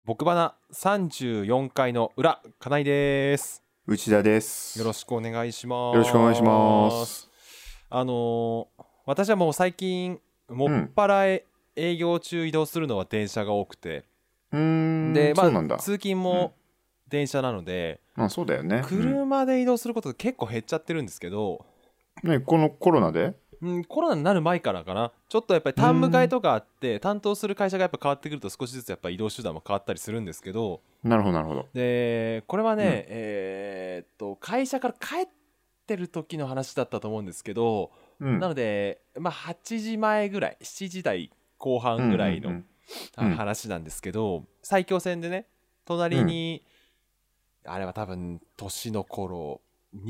僕花34回の裏、金井です。 内田です。 よろしくお願いします。 よろしくお願いします。 私はもう最近もっぱら営業中移動するのは電車が多くて、で、 そうなんだ。 通勤も電車なので、 そうだよね。 車で移動することが結構減っちゃってるんですけど、 このコロナで？ コロナになる前からかな。ちょっとやっぱり単務会とかあって担当する会社がやっぱ変わってくると少しずつやっぱ移動手段も変わったりするんですけど、 なるほどなるほど。 でこれはね、会社から帰ってる時の話だったと思うんですけど、なので8時前ぐらい、7時台後半ぐらいの話なんですけど、埼京線でね、隣に、あれは多分年の頃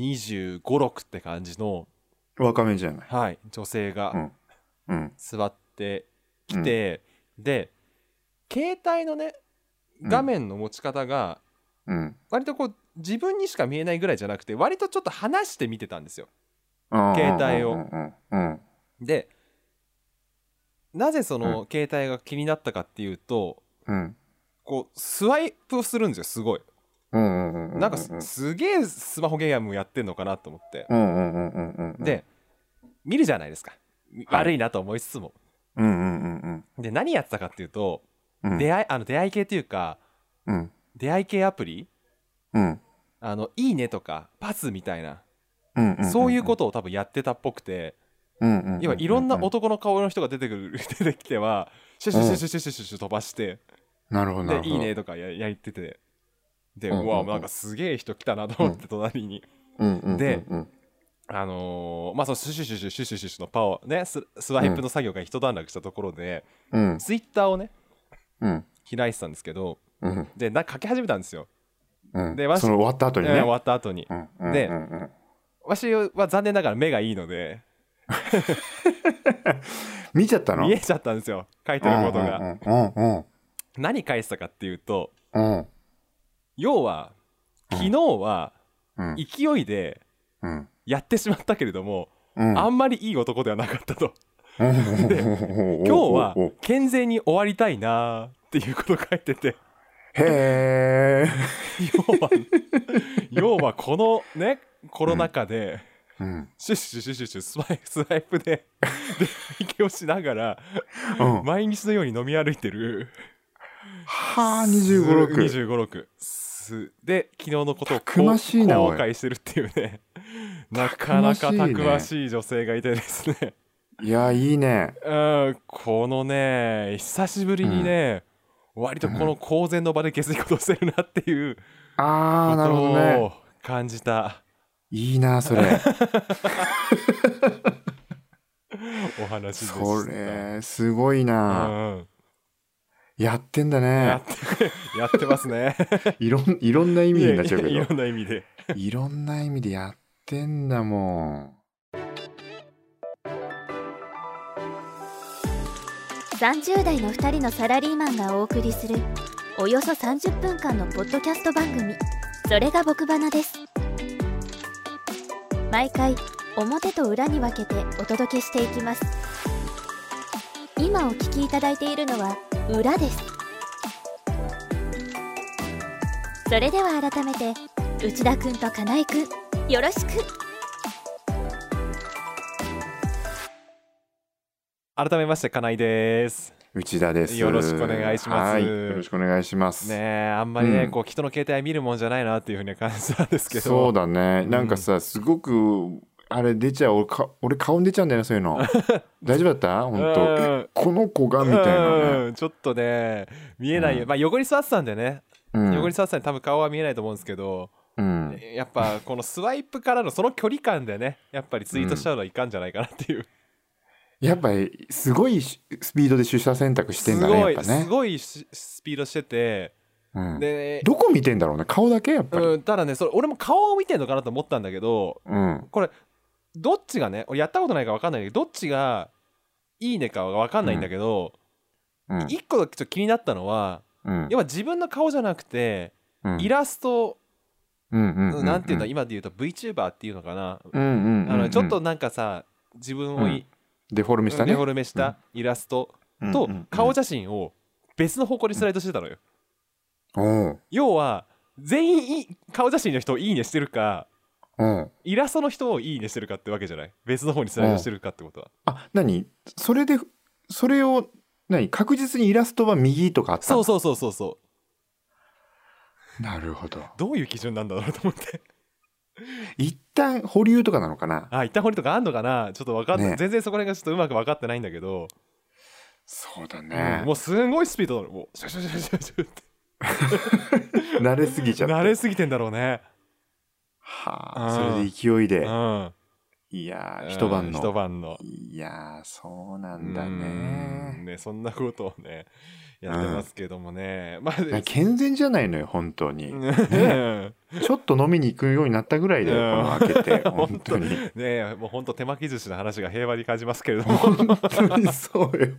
25、6って感じの若めじゃない。 はい、女性が座ってきて、で携帯のね画面の持ち方が割とこう自分にしか見えないぐらいじゃなくて、割とちょっと離して見てたんですよ、携帯を。でなぜその携帯が気になったかっていうと、こうスワイプをするんですよ、すごい。なんかすげえスマホゲームやってんのかなと思って、で見るじゃないですか、悪いなと思いつつも。で何やってたかっていうと、出会い系っていうか、出会い系アプリ、いいねとかパスみたいな、そういうことを多分やってたっぽくて、今いろんな男の顔の人が出てきてはシュシュシュシュシュシュシュ飛ばして、でいいねとかやってて、でうわなんかすげえ人来たなと思って、隣に。でそのシュシュシュシュシュシュシュシュのパワーね、スワイプの作業が一段落したところで、ツイッターをね開いてたんですけど、でなんか書き始めたんですよ。でその終わった後にね、 終わった後に、でわしは残念ながら目がいいので見ちゃったの？ 見えちゃったんですよ、書いてることが。何書いてたかっていうと、要は昨日は勢いでやってしまったけれども、あんまりいい男ではなかったと。で今日は健全に終わりたいなっていうことを書いてて、 へー要はこのねコロナ禍で、シュッシュシュシュシュスワイプで出会いをしながら、毎日のように飲み歩いてる 25、 6で昨日のことを後悔してるっていうね、なかなかたくましい女性がいてですね。 いやいいね。 このね久しぶりにね、割とこの公然の場で下水ことしてるなっていうことを感じた。 いいなそれお話でした。 それすごいな、やってんだね。 やってますねいろんな意味になっちゃうけど、 いろんな意味でいろんな意味でやってんだもん。 30代の2人のサラリーマンがお送りするおよそ30分間のポッドキャスト番組、それが僕花です。毎回表と裏に分けてお届けしていきます。今お聞きいただいているのは裏です。それでは改めて内田くんと金井くん、よろしく。 改めまして金井です。 内田です。 よろしくお願いします。 よろしくお願いしますね。あんまりね、こう人の携帯見るもんじゃないなっていうふうに感じたんですけど。 そうだね、なんかさ、すごくあれ出ちゃう、俺顔に出ちゃうんだよね、そういうの大丈夫だった？本当この子がみたいなね、 ちょっとね見えないよ、横に座ってたんでね、横に座ってたんで多分顔は見えないと思うんですけど、やっぱこのスワイプからのその距離感でね、やっぱりツイートしちゃうのはいかんじゃないかなっていう、 やっぱりすごいスピードで取捨選択してんだね、やっぱね。 すごいスピードしてて、 でどこ見てんだろうね、顔だけやっぱり。 ただね、それ俺も顔を見てんのかなと思ったんだけど、これどっちがね、俺やったことないから分かんないけど、どっちがいいねかは分かんないんだけど、一個ちょっと気になったのは、要は自分の顔じゃなくて、イラスト、なんていうんだ、今で言うと VTuber っていうのかな、ちょっとなんかさ、自分をデフォルメしたね、 デフォルメしたイラストと顔写真を別の方向にスライドしてたのよ。 要は全員顔写真の人をいいねしてるか、イラストの人をいいねしてるかってわけじゃない。別の方にスライドしてるかってことは。 あ、何それを確実にイラストは右とかあったの？ そうなるほど。 どういう基準なんだろうと思って一旦保留とかなのかな。 一旦保留とかあんのかな、ちょっと分かんない、ね、全然そこら辺がちょっとうまく分かってないんだけど。 そうだね、 もうすごいスピードだろ、もうシャシャシャシャシャって慣れすぎちゃって慣れすぎてんだろうね。 はあ、それで勢いで、いや一晩のいやそうなんだね。 そんなことをねやってますけどもね、 健全じゃないのよ本当に、ね、ちょっと飲みに行くようになったぐらいだよ、この開けて本当にね。もう本当手巻き寿司の話が平和に感じますけれども本当にそうよ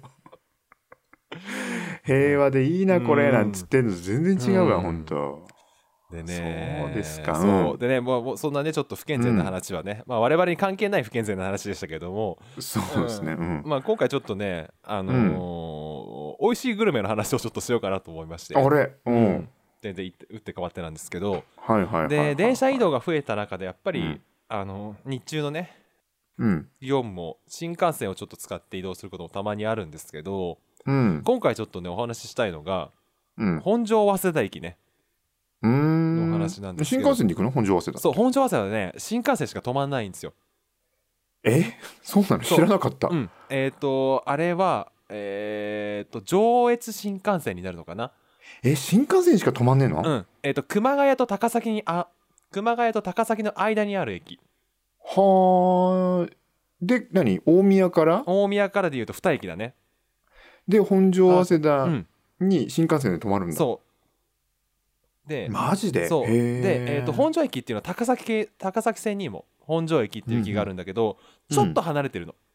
平和でいいなこれなんつってんの全然違うわ本当でね。 そうですか。 そうでね、もうそんなねちょっと不健全な話はね、我々に関係ない不健全な話でしたけども、 そうですね、 今回ちょっとね美味しいグルメの話をちょっとしようかなと思いまして、全然打って変わってなんですけど、で電車移動が増えた中でやっぱり、日中のね、業務も新幹線をちょっと使って移動することもたまにあるんですけど、今回ちょっとねお話ししたいのが、本庄早稲田駅ねの話なんですけど。 新幹線で行くの？本庄早稲田。 そう、本庄早稲田ね新幹線しか止まんないんですよ。 そうなの？知らなかった。 あれは上越新幹線になるのかな。 新幹線しか止まんねえの？ 熊谷と高崎の間にある駅。 はあ。で何？大宮からでいうと2駅だね。 で本庄早稲田に新幹線で止まるんだ。 そうでマジで？ そうで、本庄駅っていうのは高崎線にも本庄駅っていう駅があるんだけど、ちょっと離れてるの。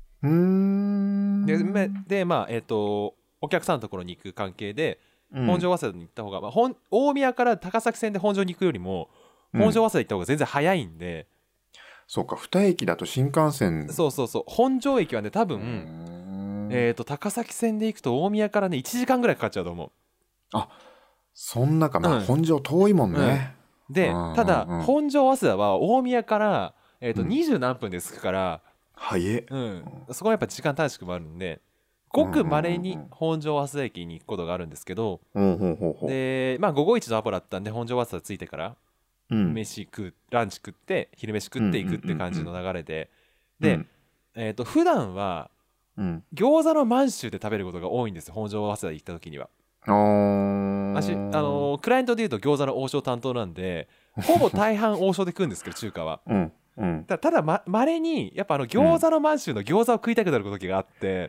でお客さんのところに行く関係で、本庄早稲田に行った方が、大宮から高崎線で本庄に行くよりも本庄早稲田行った方が全然早いんで、 そうか、2駅だと新幹線。 そう本庄駅はね多分高崎線で行くと大宮からね1時間ぐらいかかっちゃうと思う。 そんなか。本庄遠いもんね。 でただ本庄早稲田は大宮から20何分で着くから、 早い。 そこはやっぱ時間短縮もあるんで、ごく稀に本庄早稲田駅に行くことがあるんですけど、で午後一のアポだったんで本庄早稲田着いてからランチ食って昼飯食っていくって感じの流れで、普段は餃子の満州で食べることが多いんですよ、本庄早稲田行った時には。私クライアントでいうと餃子の王将担当なんで、ほぼ大半王将で食うんですけど中華は。ただまれにやっぱ餃子の満州の餃子を食いたくなる時があって、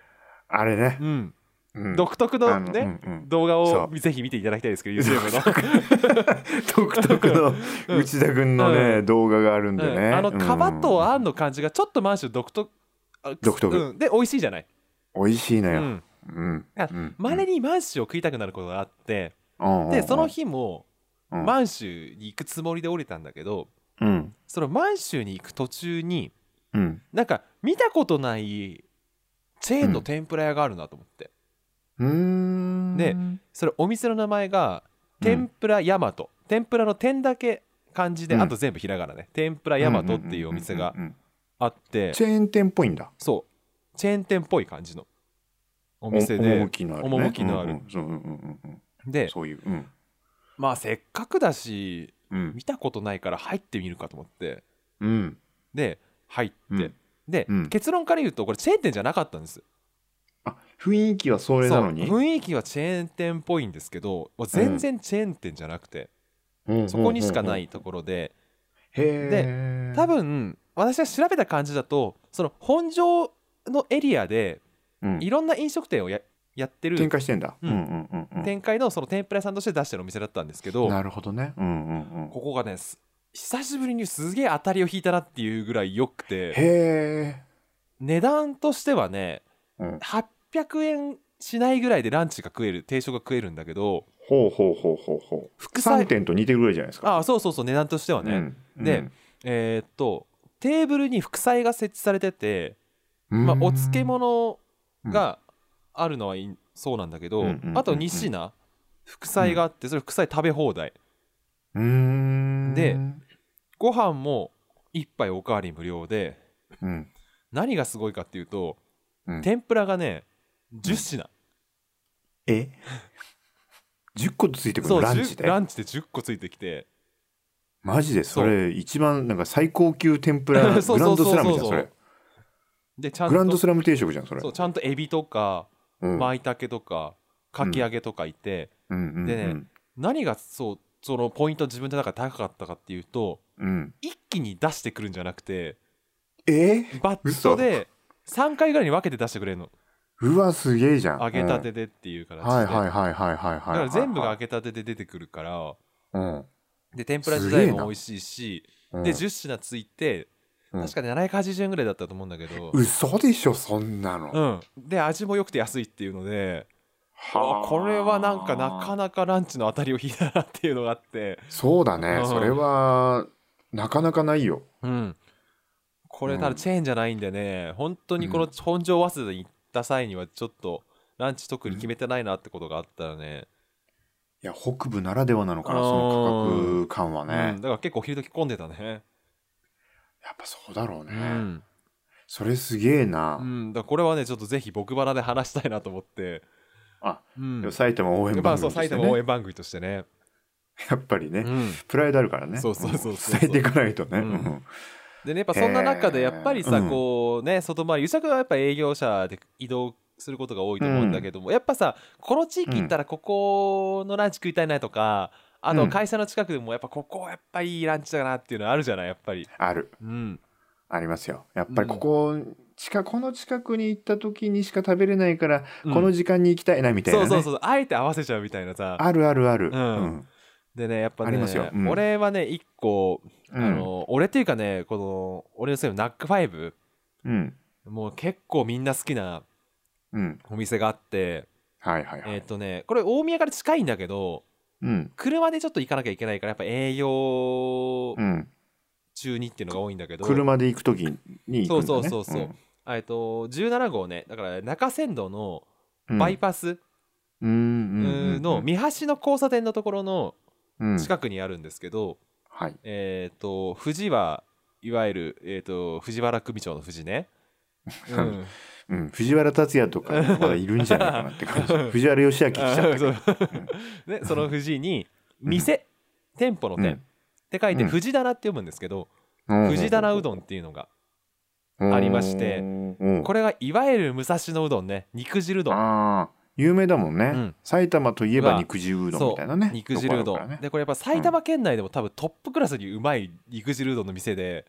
あれね、 独特のね動画をぜひ見ていただきたいですけど、 YouTube の独特の内田君のね動画があるんでね、 皮とあんの感じがちょっと満州独特で美味しいじゃない。 美味しいのよ。 まれに満州を食いたくなることがあって、でその日も満州に行くつもりで降りたんだけど、その満州に行く途中になんか見たことないチェーンの天ぷら屋があるなと思って、でそれお店の名前が天ぷら大和、天ぷらの天だけ漢字で、あと全部ひらがなね、天ぷら大和っていうお店があって、 チェーン店っぽいんだ。 そうチェーン店っぽい感じのお店で、 趣のある。 でそういう、 せっかくだし、見たことないから入ってみるかと思って、で入って、で、結論から言うとこれチェーン店じゃなかったんです。 雰囲気はそれなのに。 雰囲気はチェーン店っぽいんですけど、全然チェーン店じゃなくて、そこにしかないところで、で多分私が調べた感じだと、その本庄のエリアでいろんな飲食店をやってる、 展開してんだ。 展開のその天ぷら屋さんとして出してるお店だったんですけど、 なるほどね。 ここがね久しぶりにすげえ当たりを引いたなっていうぐらい良くて、値段としてはね、800円しないぐらいでランチが食える、定食が食えるんだけど、 副菜3点と似てるぐらいじゃないですか。 そう値段としてはね、でテーブルに副菜が設置されてて、お漬物があるのはいそうなんだけど、あと2品副菜があって、それ副菜食べ放題で、ご飯も1杯おかわり無料で、何がすごいかっていうと、天ぷらがね10品、 10個ついてくるの？ランチで 10個ついてきて、 マジでそれ一番なんか最高級天ぷらグランドスラムじゃんそれ。でちゃんとグランドスラム定食じゃんそれ。 そう、ちゃんとエビとか舞茸とかかき揚げとかいて、でね、何がそのポイント自分で高かったかっていうと、一気に出してくるんじゃなくて、バットで3回ぐらいに分けて出してくれるの。 うわすげえじゃん。 揚げたてでっていう形で、だから全部が揚げたてで出てくるから、で天ぷら自体も美味しいし、で10品ついて確かに780円ぐらいだったと思うんだけど。 嘘でしょそんなの。 で味も良くて安いっていうので、これはなんかなかなかランチの当たりを引いたなっていうのがあって。 そうだね、それはなかなかないよ。 これただチェーンじゃないんでね、本当にこの本庄早稲田に行った際にはちょっとランチ特に決めてないなってことがあったらね、 いや北部ならではなのかな、その価格感はね。 だから結構お昼時混んでたね。 やっぱそうだろうね、それすげえな。 だからこれはねちょっとぜひ僕鼻で話したいなと思って。 埼玉応援番組としてね。 埼玉応援番組としてね、 やっぱりね、プライドあるからね。 そう伝えていかないとね。 でね、やっぱそんな中でやっぱりさ、こうね、外回り、ゆさくはやっぱ営業車で移動することが多いと思うんだけども、やっぱさ、この地域行ったらここのランチ食いたいなとか、あと会社の近くでもやっぱここやっぱいいランチだなっていうのあるじゃない、やっぱり。 ある。ありますよ。やっぱりこの近くに行った時にしか食べれないから、この時間に行きたいなみたいなね。 そう、あえて合わせちゃうみたいなさ。 ある。 でね、やっぱね、 ありますよ。 俺はね、一個、俺っていうかね、この、俺のせいのナックファイブ、もう結構みんな好きなお店があって、これ大宮から近いんだけど、車でちょっと行かなきゃいけないから、やっぱ営業中にっていうのが多いんだけど、 車で行く時に行くんだね。 そう17号ね、だから中山道のバイパスの三橋の交差点のところの近くにあるんですけど、藤はいわゆる、藤原組長の藤ね、 藤原竜也とかまだいるんじゃないかなって感じ。藤原義明来ちゃったけどでその藤に店、店舗の店って書いて藤棚って読むんですけど、藤棚うどんっていうのがありまして、これがいわゆる武蔵野うどんね、肉汁うどん。 有名だもんね、埼玉といえば肉汁うどんみたいなね。 肉汁うどんで、これやっぱ埼玉県内でも多分トップクラスにうまい肉汁うどんの店で、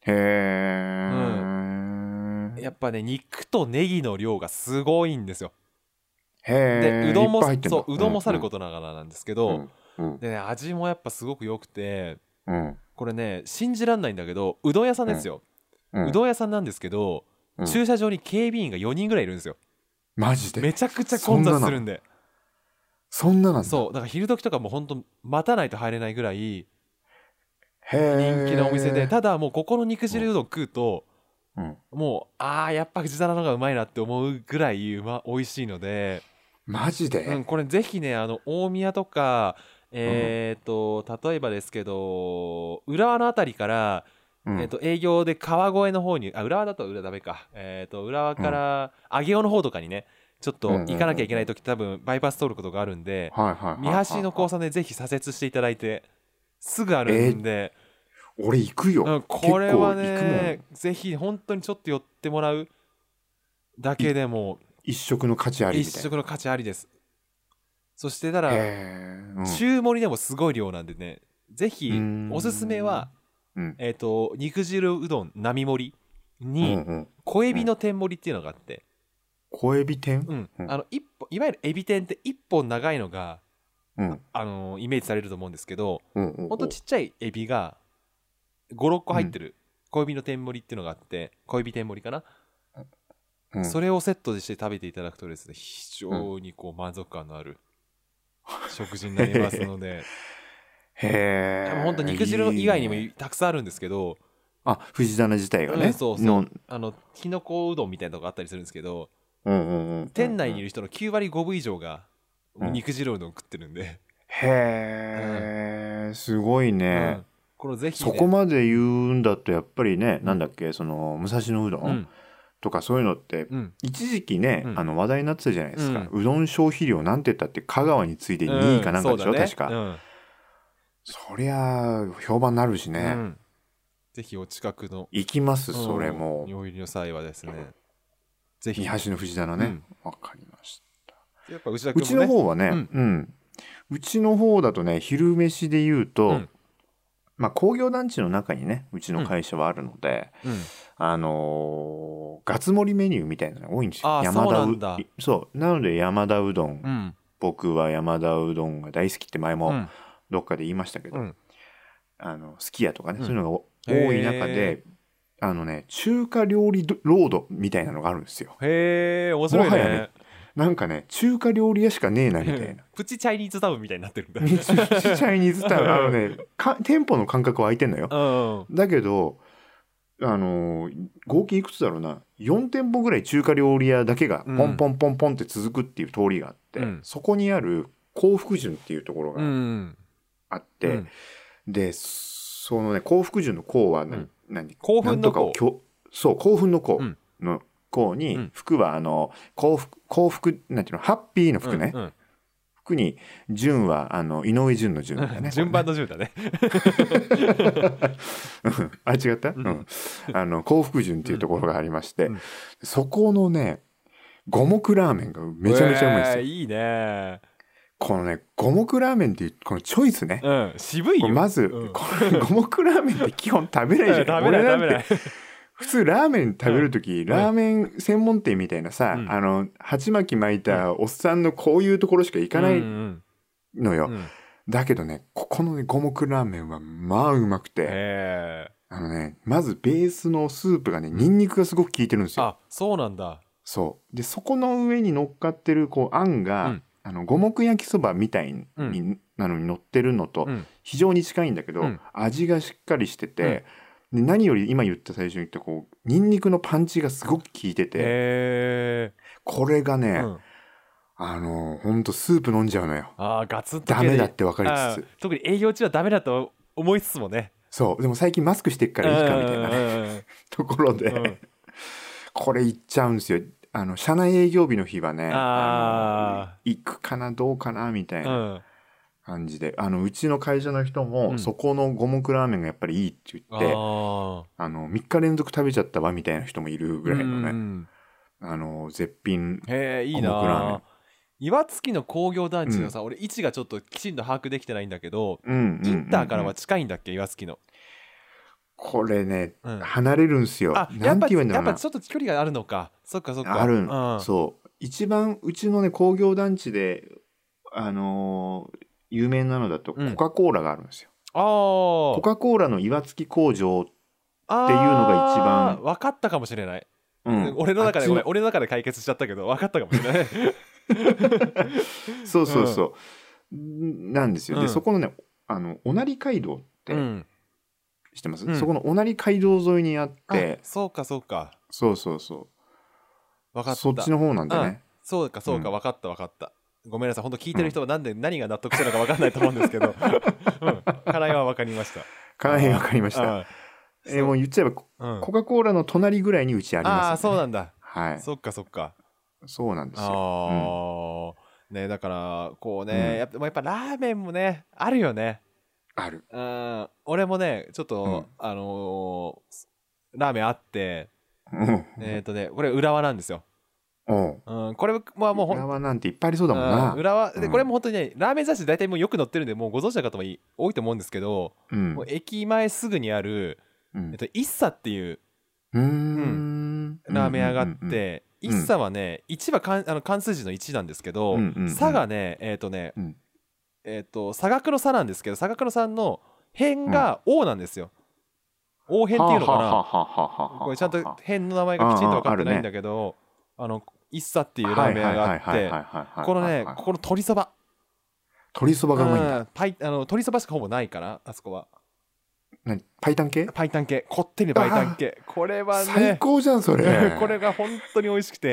やっぱね肉とネギの量がすごいんですよ。でうどんもうどんもさることながらなんですけど、でね味もやっぱすごく良くて、これね信じらんないんだけど、うどん屋さんですよ、うどん屋さんなんですけど、駐車場に警備員が4人ぐらいいるんですよ。 マジでめちゃくちゃ混雑するんで。 そんななんだ。 そうだから昼時とかも本当待たないと入れないぐらい人気のお店で、ただもうここの肉汁うどん食うと、もうやっぱ藤棚の方がうまいなって思うぐらい美味しいので。 マジで、 これぜひね、大宮とか例えばですけど浦和のあたりから、営業で川越の方に、浦和だとダメか、浦和から上尾の方とかにねちょっと行かなきゃいけない時、多分バイパス通ることがあるんで、三橋の交差点ぜひ左折していただいてすぐあるんで、 俺行くよ、 これはねぜひ本当にちょっと寄ってもらうだけでも一食の価値ありみたいな。 一食の価値ありです。そしてたら中盛りでもすごい量なんでね、ぜひおすすめは肉汁うどん並盛りに小エビの天盛りっていうのがあって、 小エビ天、 いわゆるエビ天って一本長いのがイメージされると思うんですけど、ほんとちっちゃいエビが 5,6 個入ってる小エビの天盛りっていうのがあって、小エビ天盛りかな、それをセットでして食べていただくとですね、非常にこう満足感のある食事になりますので本当肉汁以外にもたくさんあるんですけど、 藤棚自体がね、 きのこうどんみたいなのがあったりするんですけど、店内にいる人の9割5分以上が肉汁うどん食ってるんで。 へえ、すごいね。 これぜひね、 そこまで言うんだとやっぱりね、なんだっけ、その武蔵野うどんとかそういうのって一時期ね、話題になってたじゃないですか。うどん消費量なんて言ったって香川に次いで2位かなんかでしょ、確か。そりゃ評判になるしね。 ぜひお近くの行きます、それも。 お入りの際はですね、ぜひ。 三橋の藤棚ね。わかりました。 やっぱうちの方はね、うちの方だとね、昼飯で言うと、まあ工業団地の中にね、うちの会社はあるので、ガツ盛りメニューみたいなのが多いんですよ。 山田うどん。 そう。なので山田うどん、僕は山田うどんが大好きって前もどっかで言いましたけど、すき家とかね、そういうのが多い中で、中華料理ロードみたいなのがあるんですよ。 へー、面白いね。 なんかね、中華料理屋しかねえなみたいな。 プチチャイニーズタウンみたいになってるんだ。 プチチャイニーズタウン、店舗の間隔は空いてんのよ。だけど、合計いくつだろうな、4店舗ぐらい中華料理屋だけがポンポンポンポンって続くっていう通りがあって、そこにある幸福順っていうところがあって、で、そのね、幸福順の幸は興奮の幸。そう、興奮の幸の幸に、福は幸福、なんていうの、ハッピーの福ね。福に順は井上順の順だね。 順番の順だね。 あ、違った？幸福順っていうところがありまして、そこのね、五目ラーメンがめちゃめちゃうまいですよ。 いいね。 このね、五目ラーメンっていうこのチョイスね。 渋いよ。 まず、この五目ラーメンって基本食べないじゃん。 食べない。 普通ラーメン食べるとき、ラーメン専門店みたいなさ、鉢巻き巻いたおっさんのこういうところしか行かないのよ。だけどね、ここのね、五目ラーメンはまあうまくて、まずベースのスープがね、ニンニクがすごく効いてるんですよ。 あ、そうなんだ。 そう。で、そこの上に乗っかってるこうあんが、五目焼きそばみたいになのに乗ってるのと非常に近いんだけど、味がしっかりしてて、で何より今言った最初に言ったこうニンニクのパンチがすごく効いてて、これがね、ほんとスープ飲んじゃうのよ。 ガツンとダメだって分かりつつ、 特に営業中はダメだと思いつつもね。 そうでも最近マスクしてっからいいかみたいなねところで、これいっちゃうんですよ。社内営業日の日はね、行くかなどうかなみたいな感じで、うちの会社の人も、そこの五目ラーメンがやっぱりいいって言って、3日連続食べちゃったわみたいな人もいるぐらいのね、絶品五目ラーメン。 岩槻の工業団地のさ、俺位置がちょっときちんと把握できてないんだけど、インターからは近いんだっけ、岩槻の。 これね、離れるんすよ。 やっぱちょっと距離があるのか。そっかそっか。 ある。そう。一番うちのね工業団地で有名なのだとコカ・コーラがあるんですよ。コカ・コーラの岩槻工場っていうのが一番分かったかもしれない。俺の中で解決しちゃったけど分かったかもしれない。 そうそうそう、なんですよ。でそこのね御成街道って知ってます？そこの御成街道沿いにあって、 そうかそうか、 そうそうそう、 分かった。 そっちの方なんでね。 そうかそうか、分かった分かった。ごめんなさい、本当聞いてる人は何が納得したのか分かんないと思うんですけど、金井は分かりました。 金井分かりました。もう言っちゃえばコカ・コーラの隣ぐらいにうちあります。 そうなんだ。 はい。 そっかそっか。 そうなんですよ。 ね、だからこうね、やっぱラーメンもねあるよね。 ある。 俺もねちょっとラーメンあって、これ浦和なんですよ。これはもう浦和なんていっぱいありそうだもんな。 浦和で、これも本当にねラーメン雑誌大体もうよく載ってるんでもうご存知の方も多いと思うんですけど、もう駅前すぐにある一茶っていうラーメン屋があって、一茶はね1は漢数字の1なんですけど、茶がね差額の差なんですけど、差額の差の辺が王なんですよ。王辺っていうのかな。これちゃんと辺の名前がきちんと分かってないんだけど、一茶っていうラーメン屋があって、このねここの鶏そばがうまいんだ。 鶏そばしかほぼないかな、あそこは。 パイタン系こってりのパイタン系、これはね最高じゃんそれ。 これが本当に美味しくて、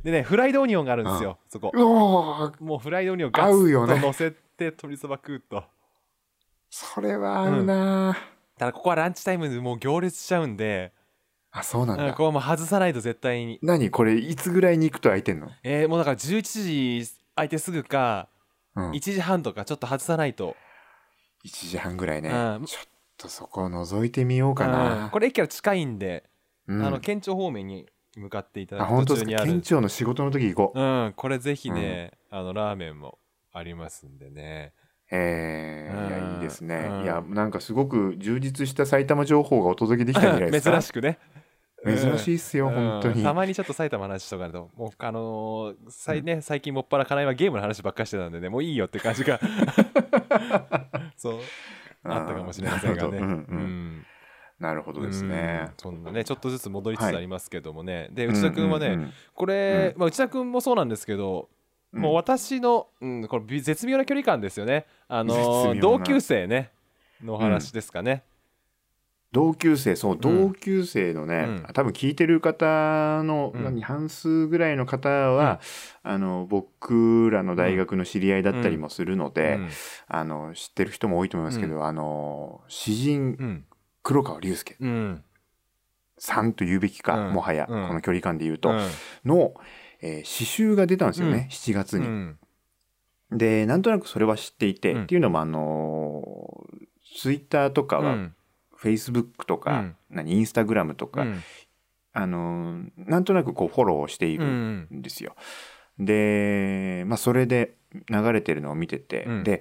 でねフライドオニオンがあるんですよ、そこ。もうフライドオニオンガツッと乗せて鶏そば食うと、 それは合うな、 ただここはランチタイムでもう行列しちゃうんで。 あ、そうなんだ。 ここはもう外さないと絶対に。 何これいつぐらいに行くと空いてんの？ もうだから11時空いてすぐか、1時半とかちょっと外さないと。 1時半ぐらいね、ちょっとそこを覗いてみようかな、 これ駅から近いんで、県庁方面に向かっていただく途中にある。 県庁の仕事の時行こう。これぜひね、ラーメンもありますんでね。 いやいいですね、いやなんかすごく充実した埼玉情報がお届けできたんじゃないですか。 珍しくね、 珍しいっすよ、本当に。 たまにちょっと埼玉の話とかだともう最近もっぱら金井はゲームの話ばっかりしてたんでね、もういいよって感じがそうあったかもしれませんがね。 なるほどですね。 そんなねちょっとずつ戻りつつありますけどもね、で内田君はね、これ、内田君もそうなんですけど、もう私の、これ絶妙な距離感ですよね。同級生ねの話ですかね。 同級生同級生のね、多分聞いてる方の、半数ぐらいの方は、僕らの大学の知り合いだったりもするので、知ってる人も多いと思いますけど、詩人、黒川龍介さんと言うべきか、もはやこの距離感で言うと、の詩集が出たんですよね、7月に。でなんとなくそれは知っていて、っていうのもツイッターとかは、フェイスブックとか、インスタグラムとか、なんとなくこうフォローしているんですよ。で、それで流れてるのを見てて、で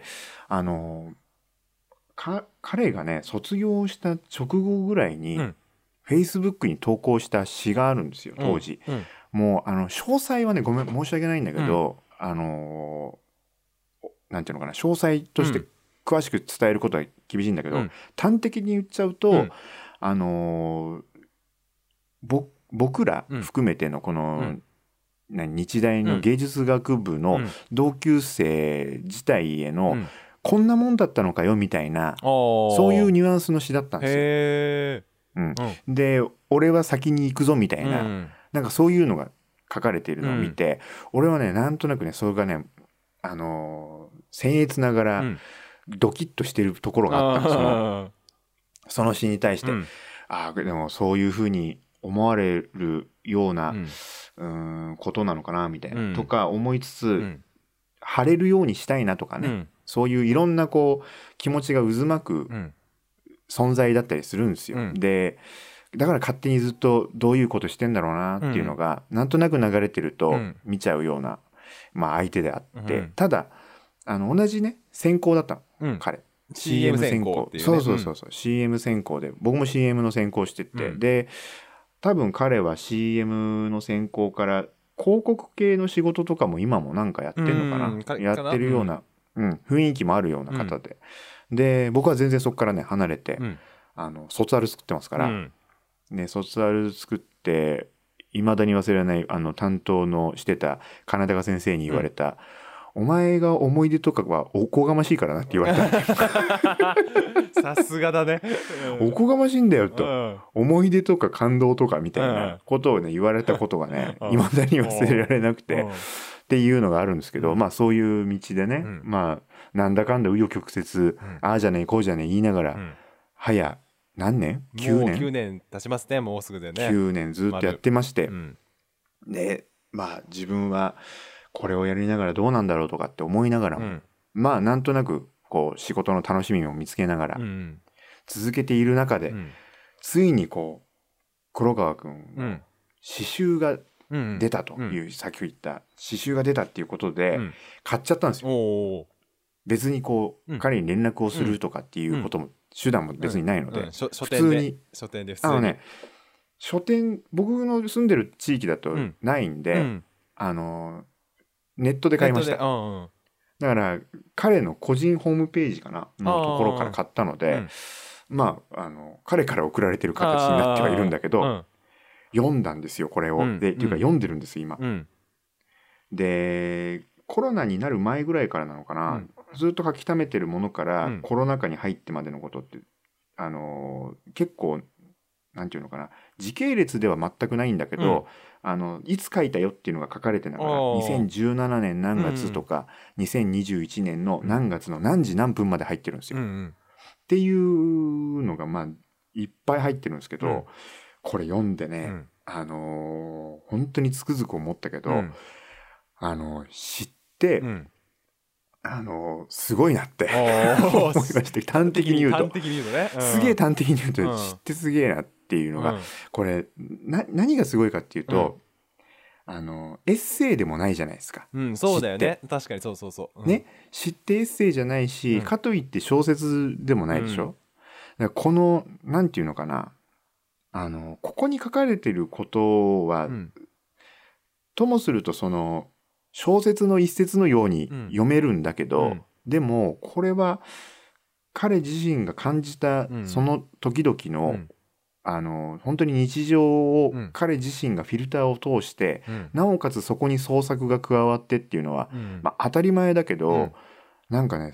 彼がね卒業した直後ぐらいに、フェイスブックに投稿した詩があるんですよ当時。もう詳細はねごめん申し訳ないんだけど、なんていうのかな、詳細として詳しく伝えることは厳しいんだけど、端的に言っちゃうと、僕ら含めてのこの、日大の芸術学部の同級生自体への、こんなもんだったのかよみたいな、そういうニュアンスの詩だったんですよ。で俺は先に行くぞみたいな、なんかそういうのが書かれているのを見て、俺はねなんとなくねそれがね僭越ながら、ドキッとしてるところがあったんです。その詩に対して、でもそういうふうに思われるような、ことなのかなみたいな、とか思いつつ、晴れるようにしたいなとかね、そういういろんなこう気持ちが渦巻く存在だったりするんですよ。でだから勝手にずっとどういうことしてんだろうなっていうのが、なんとなく流れてると見ちゃうような、相手であって、ただ同じね専攻だったの、彼 CM 専攻っていうね。そう、CM 専攻で僕も CM の専攻してて、で多分彼は CM の専攻から広告系の仕事とかも今もなんかやってんのかな、やってるような、雰囲気もあるような方で、で僕は全然そこからね離れて、卒アル作ってますから、ね、卒アル作って未だに忘れられない担当のしてた金高先生に言われた、お前が思い出とかはおこがましいからなって言われた。 さすがだね。 おこがましいんだよと、思い出とか感動とかみたいなことをね言われたことがね未だに忘れられなくて、っていうのがあるんですけど、そういう道でね、なんだかんだ紆余曲折、ああじゃねえこうじゃねえ言いながら、早何年 ?9 年経ちますね、もうすぐでね。 9年ずっとやってまして、で自分はこれをやりながらどうなんだろうとかって思いながらも、なんとなくこう仕事の楽しみも見つけながら続けている中で、ついにこう黒川くんの詩集が出たという、さっき言った詩集が出たっていうことで買っちゃったんですよ。別にこう彼に連絡をするとかっていうことも手段も別にないので、 書店で書店僕の住んでる地域だとないんで、ネットで買いました。だから彼の個人ホームページかなのところから買ったので、彼から送られてる形になってはいるんだけど、読んだんですよこれを。っていうか読んでるんです今。でコロナになる前ぐらいからなのかな、ずっと書き溜めてるものから、コロナ禍に入ってまでのことって結構なんていうのかな、時系列では全くないんだけど、いつ書いたよっていうのが書かれてながら2017年何月とか、2021年の何月の何時何分まで入ってるんですよ、っていうのがまあいっぱい入ってるんですけど、これ読んでね、本当につくづく思ったけど、知って、すごいなって思いました。端的に言うとね、 すげえ端的に言うと、知ってすげえなっていうのが、これ何がすごいかっていうと、エッセイでもないじゃないですか。 そうだよね。確かにそう、 ね、知ってエッセイじゃないし、かといって小説でもないでしょ。だからこのなんていうのかな、ここに書かれてることは、ともするとその小説の一節のように読めるんだけど、でもこれは彼自身が感じたその時々の、本当に日常を彼自身がフィルターを通して、なおかつそこに創作が加わってっていうのは、まあ当たり前だけど、なんかね、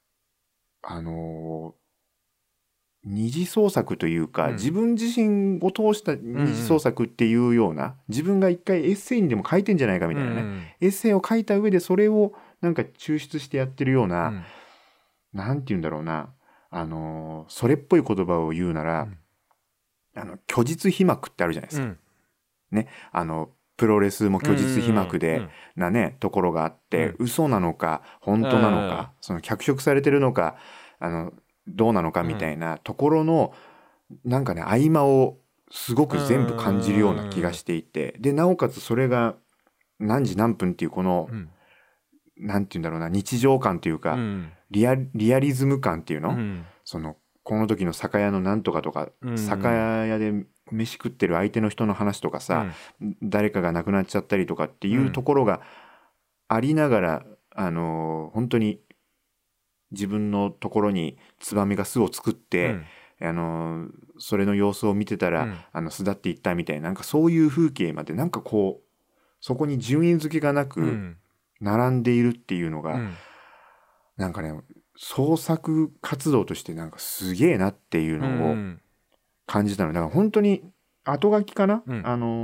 二次創作というか、自分自身を通した二次創作っていうような、自分が一回エッセイにでも書いてんじゃないかみたいなね、エッセイを書いた上でそれをなんか抽出してやってるような、なんて言うんだろうな、それっぽい言葉を言うなら、虚実皮膜ってあるじゃないですか、ね、プロレスも虚実皮膜でなね、ところがあって、嘘なのか本当なのか、その脚色されてるのかどうなのかみたいなところの、なんかね、合間をすごく全部感じるような気がしていて、でなおかつそれが何時何分っていうこの、なんていうんだろうな、日常感というか、リアリズム感っていうの、そのこの時の酒屋のなんとかとか、酒屋で飯食ってる相手の人の話とかさ、誰かが亡くなっちゃったりとかっていうところがありながら、本当に自分のところにツバメが巣を作って、それの様子を見てたら、巣立っていったみたいな、なんかそういう風景までなんかこうそこに順位付けがなく並んでいるっていうのが、なんかね、創作活動としてなんかすげえなっていうのを感じたの。だから本当に後書きかな、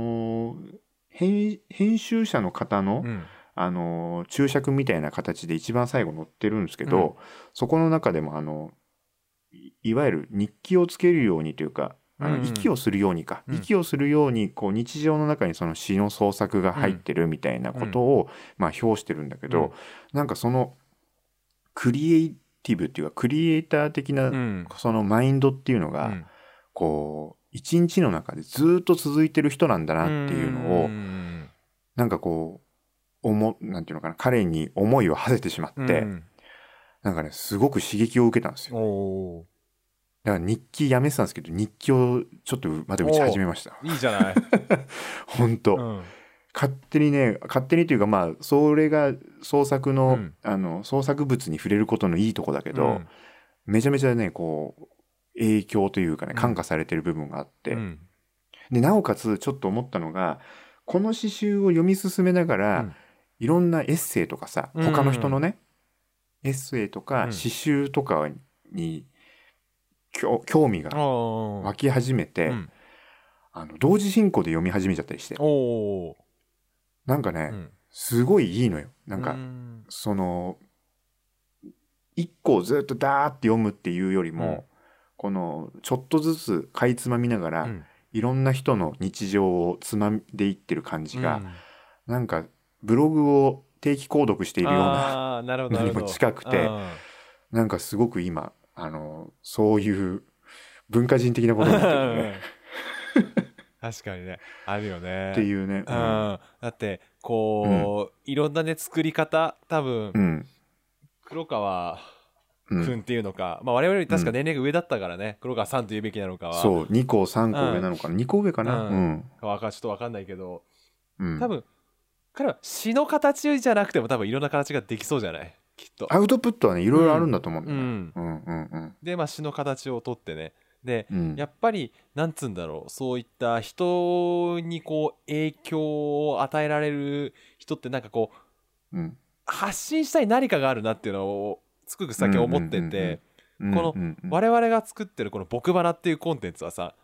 編集者の方の、注釈みたいな形で一番最後載ってるんですけど、そこの中でもいわゆる日記をつけるようにというか、息をするようにか、息をするようにこう日常の中にその詩の創作が入ってるみたいなことを、まあ表してるんだけど、なんかそのクリエイティブっていうかクリエイター的なそのマインドっていうのが、こう一日の中でずっと続いてる人なんだなっていうのを、なんかこうなんていうのかな、彼に思いを馳せてしまって、なんかね、すごく刺激を受けたんですよ。だから日記やめてたんですけど、日記をちょっとまた打ち始めました。 いいじゃない。 本当、勝手にというか、まあそれが創作の、創作物に触れることのいいとこだけど、めちゃめちゃね、こう影響というかね、感化されてる部分があって、でなおかつちょっと思ったのが、この詩集を読み進めながら、いろんなエッセイとかさ、他の人のね、エッセイとか詩集とかに興味が湧き始めて、同時進行で読み始めちゃったりして、なんかね、すごいいいのよ。なんかその一個をずっとダーって読むっていうよりも、このちょっとずつかいつまみながら、いろんな人の日常をつまんでいってる感じが、なんかブログを定期購読しているようなのにも近くて、なんかすごく今そういう文化人的なことになってるね。 確かにね、あるよねっていうね、 だってこう、いろんなね作り方、多分、黒川君っていうのか、まあ我々より確か年齢が上だったからね、黒川さんというべきなのかは、 そう2個3個上なのかな、2個上かな、 ちょっと分かんないけど、多分彼は詩の形じゃなくても多分いろんな形ができそうじゃない、きっと。 アウトプットはねいろいろあるんだと思うんだよ。 でまあ詩の形をとってね、で、やっぱりなんつうんだろう、そういった人にこう影響を与えられる人ってなんかこう、発信したい何かがあるなっていうのをつくづく先思ってて、この我々が作ってるこの僕花っていうコンテンツはさ、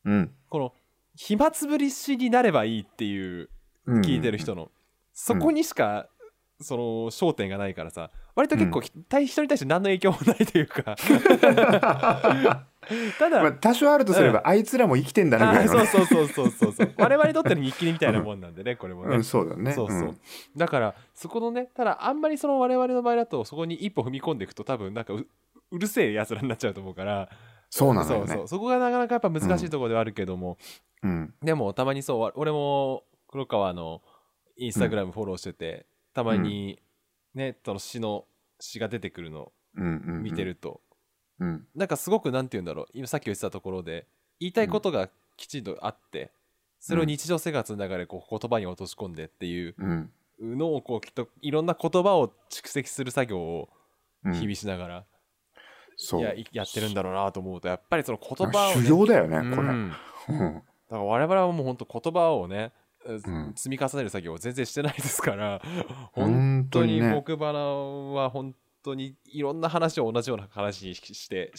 この暇つぶりしになればいいっていう聞いてる人の、そこにしかその焦点がないからさ、割と結構人に対して何の影響もないというかただ、 多少あるとすれば、あいつらも生きてんだなぐらいの、ね、 そう我々にとっての日記みたいなもんなんでね、これもね、 そうだね。 だからそこのね、ただあんまりその我々の場合だとそこに一歩踏み込んでいくと多分なんか うるせえやつらになっちゃうと思うから、 そうなんだよね。 そこがなかなかやっぱ難しいところではあるけども、でもたまに俺も黒川のインスタグラムフォローしてて、たまにね、その詩が出てくるの見てると、なんかすごくなんて言うんだろう、今さっき言ってたところで言いたいことがきちんとあって、それを日常生活の中でこう言葉に落とし込んでっていうのをこうきっといろんな言葉を蓄積する作業を日々しながら、やってるんだろうなと思うと、やっぱりその言葉を、 修行だよね、これ。だから我々はもう本当言葉をね、積み重ねる作業を全然してないですから、本当に僕バナは本当にいろんな話を同じような話にして